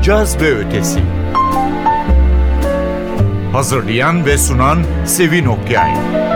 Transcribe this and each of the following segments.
Caz ve Ötesi. Hazırlayan ve sunan Sevin Okyay.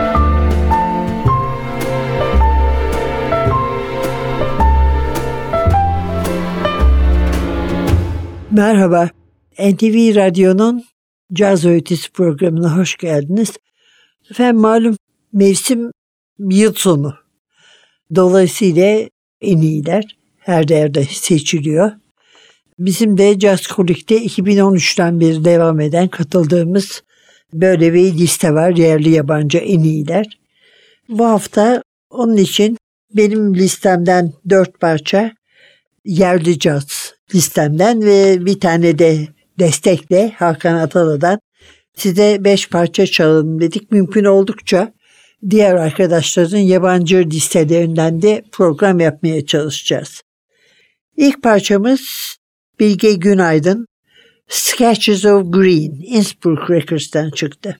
Merhaba, NTV Radyo'nun Caz ve Ötesi programına hoş geldiniz. Efendim malum mevsim yıl sonu. Dolayısıyla en iyiler her yerde seçiliyor. Bizim de Caz Kolik'te 2013'ten beri devam eden katıldığımız böyle bir liste var. Yerli yabancı en iyiler. Bu hafta onun için benim listemden 4 parça yerli caz listemden ve bir tane de destekle Hakan Atalı'dan size 5 parça çalalım dedik. Mümkün oldukça diğer arkadaşların yabancı listelerinden de program yapmaya çalışacağız. İlk parçamız Bilge Günaydın, Sketches of Green, Innsbruck Records'tan çıktı.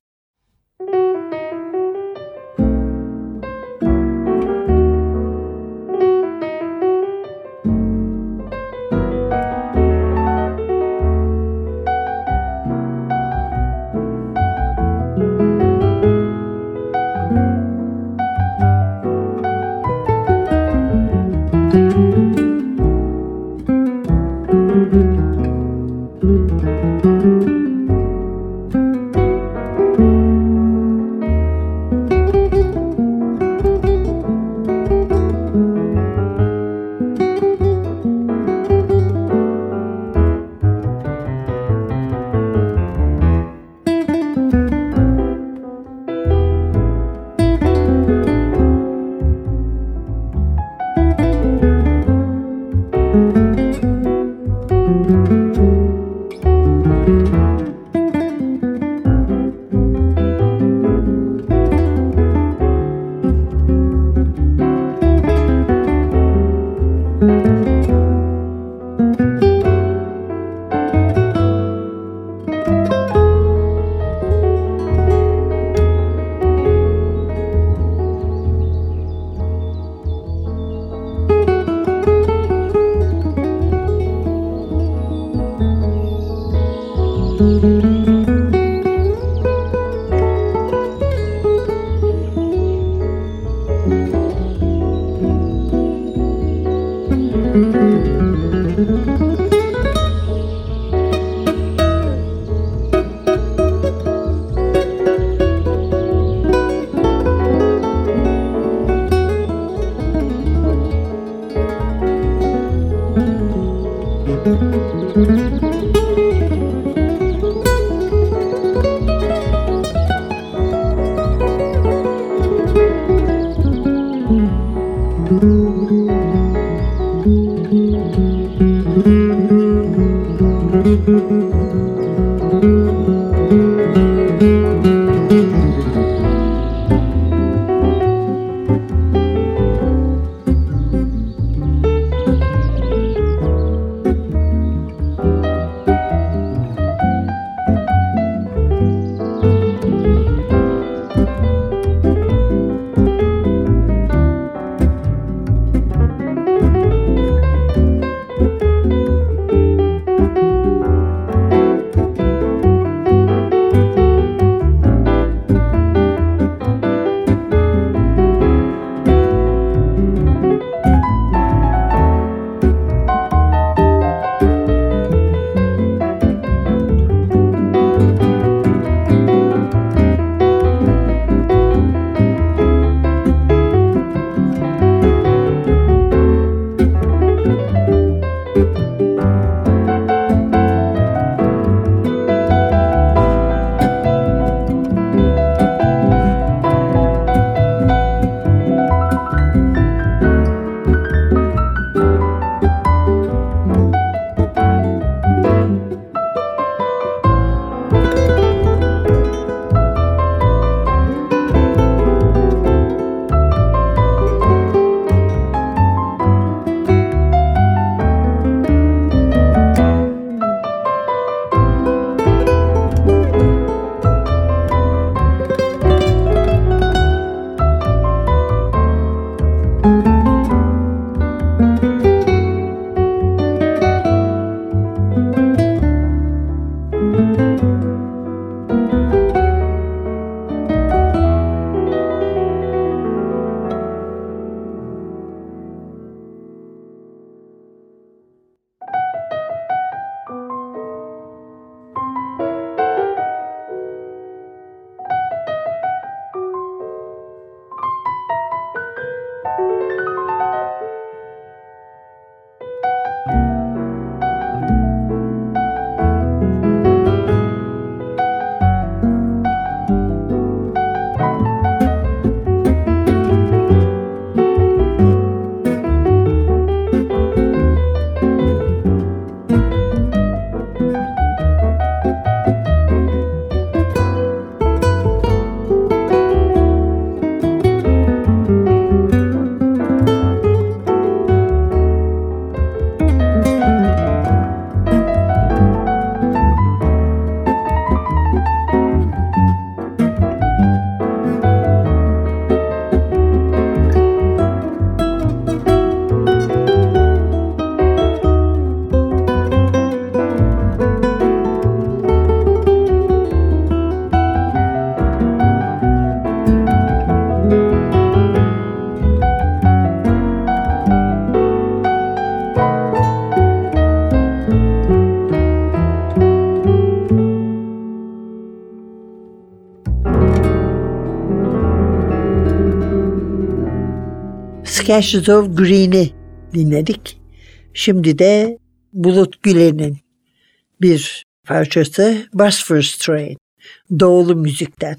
Sketches of Green'i dinledik. Şimdi de Bulut Gülen'in bir parçası Bosphorus Train, Doğulu müzikten.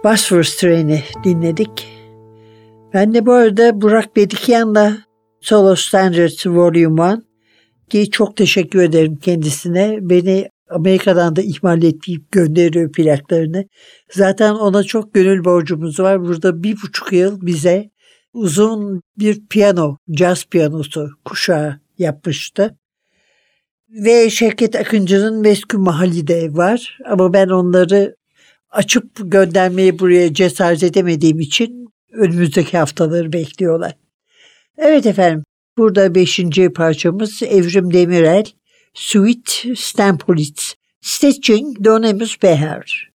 Bosphorus Train'i dinledik. Ben de bu arada Burak Bedikyan'la Solo Standards Volume 1 ki çok teşekkür ederim kendisine. Beni Amerika'dan da ihmal etmeyip gönderiyor plaklarını. Zaten ona çok gönül borcumuz var. Burada 1,5 yıl bize uzun bir piyano, caz piyanosu kuşağı yapmıştı. Ve Şevket Akıncı'nın Meskun Mahalli de var. Ama ben onları açıp göndermeye buraya cesaret edemediğim için önümüzdeki haftaları bekliyorlar. Evet efendim, burada 5. parçamız Evrim Demirel, Suite Stampolitz, Stitching Dönemus Behar.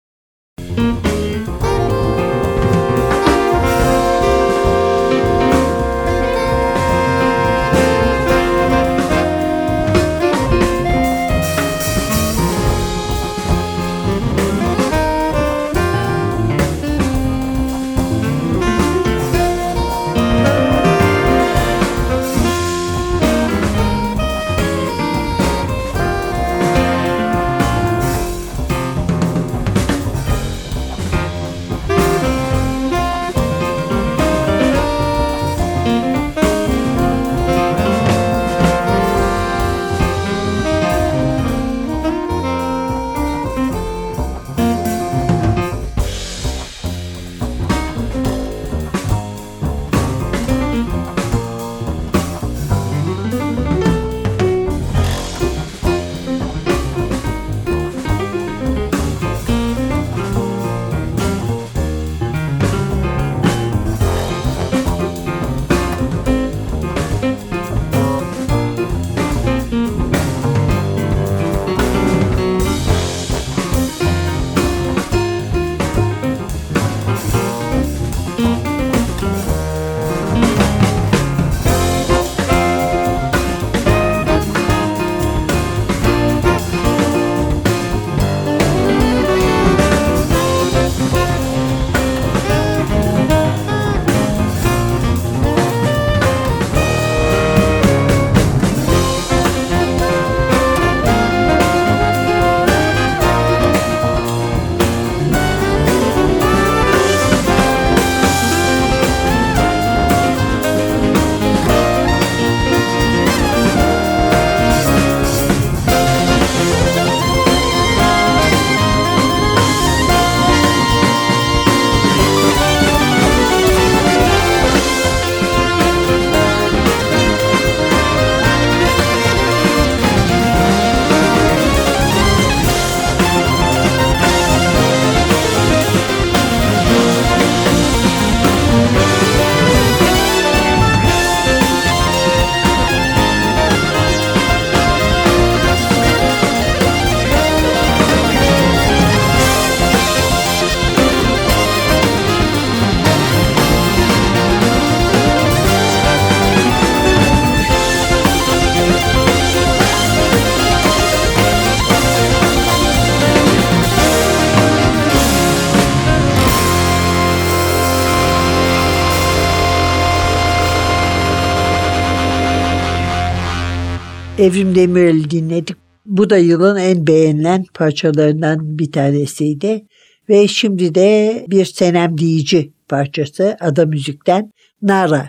Evrim Demirel'i dinledik. Bu da yılın en beğenilen parçalarından bir tanesiydi. Ve şimdi de bir Senem Diyici parçası Ada Müzik'ten Nara.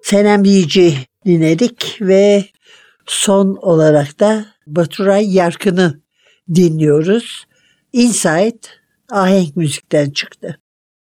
Senem Yiğit'i dinledik ve son olarak da Baturay Yarkın'ı dinliyoruz. Inside Ahenk Müzik'ten çıktı.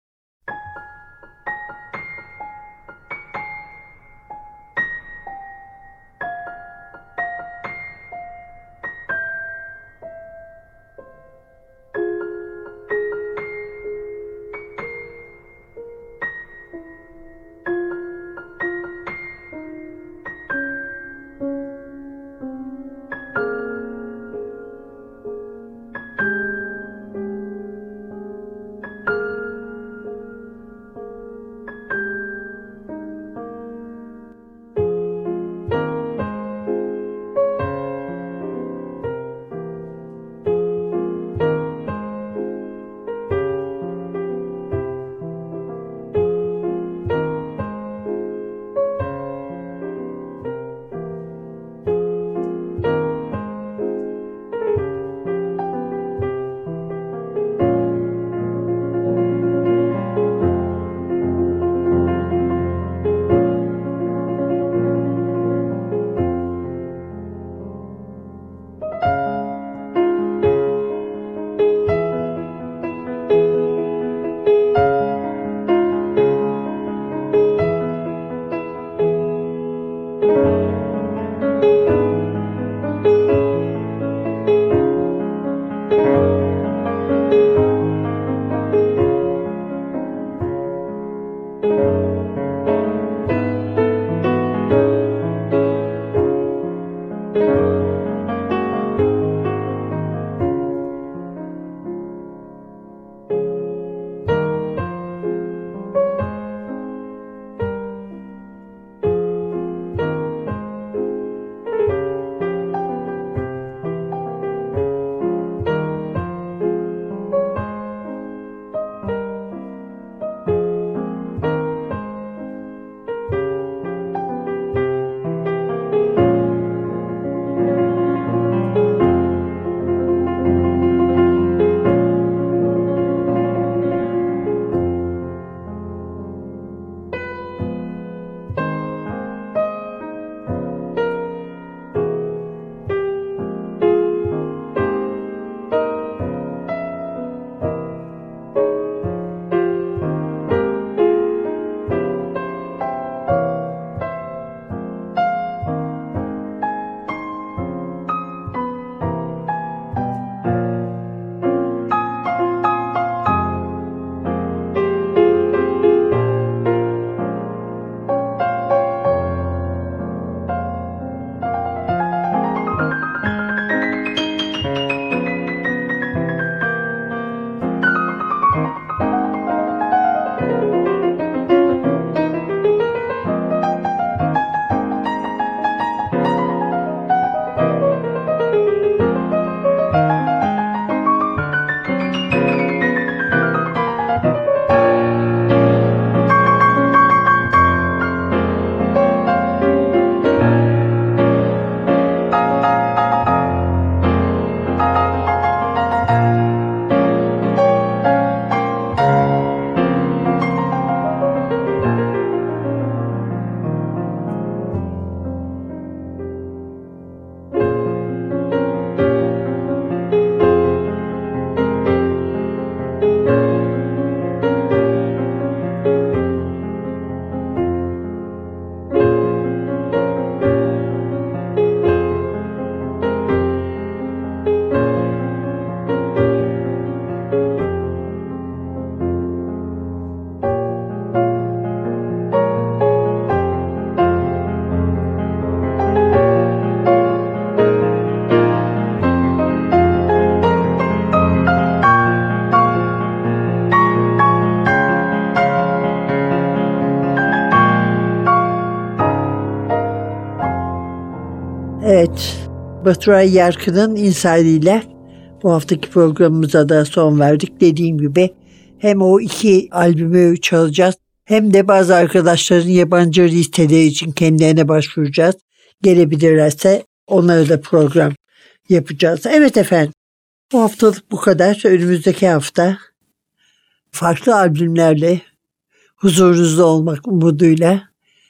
Evet, Baturay Yarkın'ın Inside ile bu haftaki programımıza da son verdik. Dediğim gibi hem o iki albümü çalacağız hem de bazı arkadaşların yabancı listeleri için kendilerine başvuracağız. Gelebilirlerse onlara da program yapacağız. Evet efendim, bu haftalık bu kadar. Önümüzdeki hafta farklı albümlerle huzurunuzda olmak umuduyla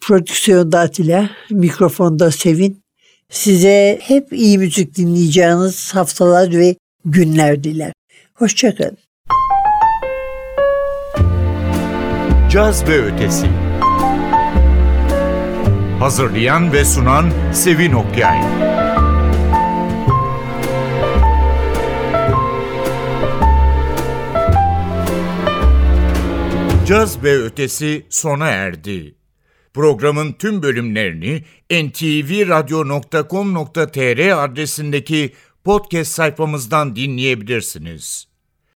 Prodüksiyonda Atilla, mikrofonda Sevin. Size hep iyi müzik dinleyeceğiniz haftalar ve günler diler. Hoşçakalın. Caz ve Ötesi. Hazırlayan ve sunan Sevin Okyay. Caz ve Ötesi sona erdi. Programın tüm bölümlerini ntvradio.com.tr adresindeki podcast sayfamızdan dinleyebilirsiniz.